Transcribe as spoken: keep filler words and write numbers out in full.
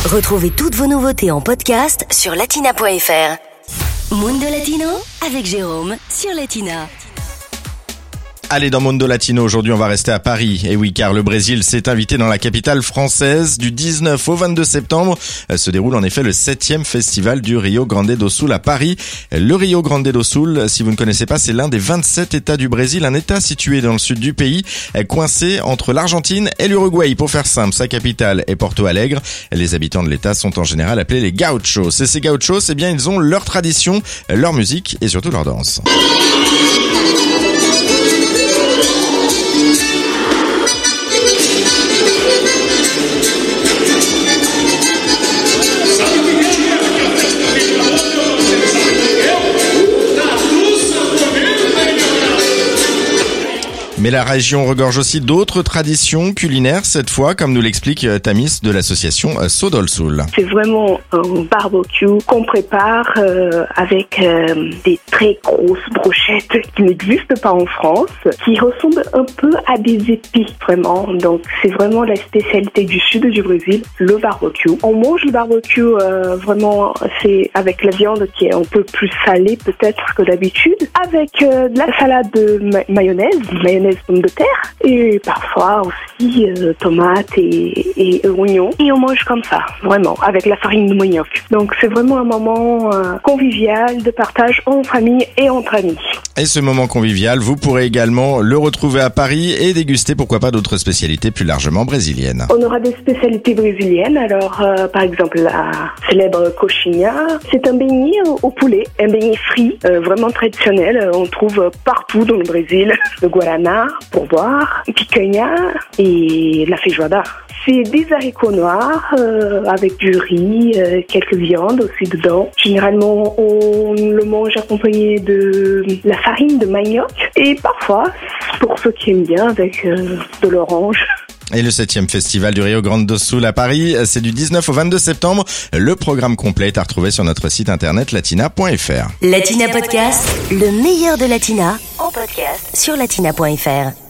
Retrouvez toutes vos nouveautés en podcast sur latina point f r. Mundo Latino avec Jérôme sur Latina. Allez, dans Mundo Latino, aujourd'hui on va rester à Paris. Et oui, car le Brésil s'est invité dans la capitale française. Du dix-neuf au vingt-deux septembre se déroule en effet le septième festival du Rio Grande do Sul à Paris. Le Rio Grande do Sul, si vous ne connaissez pas, c'est l'un des vingt-sept États du Brésil, un État situé dans le sud du pays, coincé entre l'Argentine et l'Uruguay. Pour faire simple, sa capitale est Porto Alegre. Les habitants de l'État sont en général appelés les gauchos. Et ces gauchos, eh bien, ils ont leur tradition, leur musique et surtout leur danse. Mais la région regorge aussi d'autres traditions culinaires, cette fois, comme nous l'explique Tamis de l'association Sodol Sul. C'est vraiment un barbecue qu'on prépare euh, avec euh, des très grosses brochettes qui n'existent pas en France, qui ressemblent un peu à des épis, vraiment. Donc, c'est vraiment la spécialité du sud du Brésil, le barbecue. On mange le barbecue euh, vraiment, c'est avec la viande qui est un peu plus salée peut-être que d'habitude, avec euh, de la salade de ma- mayonnaise, mayonnaise pomme de terre et parfois aussi euh, tomates et, et, et oignons. Et on mange comme ça, vraiment, avec la farine de manioc. Donc c'est vraiment un moment euh, convivial de partage en famille et entre amis. Et ce moment convivial, vous pourrez également le retrouver à Paris et déguster pourquoi pas d'autres spécialités plus largement brésiliennes. On aura des spécialités brésiliennes, alors euh, par exemple la célèbre coxinha, c'est un beignet au poulet, un beignet frit, euh, vraiment traditionnel, on trouve partout dans le Brésil, le guaraná pour boire, picanha et la feijoada. C'est des haricots noirs euh, avec du riz, euh, quelques viandes aussi dedans. Généralement, on le mange accompagné de la farine de manioc et parfois, pour ceux qui aiment bien, avec euh, de l'orange. Et le septième festival du Rio Grande do Sul à Paris, c'est du dix-neuf au vingt-deux septembre. Le programme complet est à retrouver sur notre site internet latina point f r. Latina Podcast, le meilleur de Latina en podcast sur latina point f r.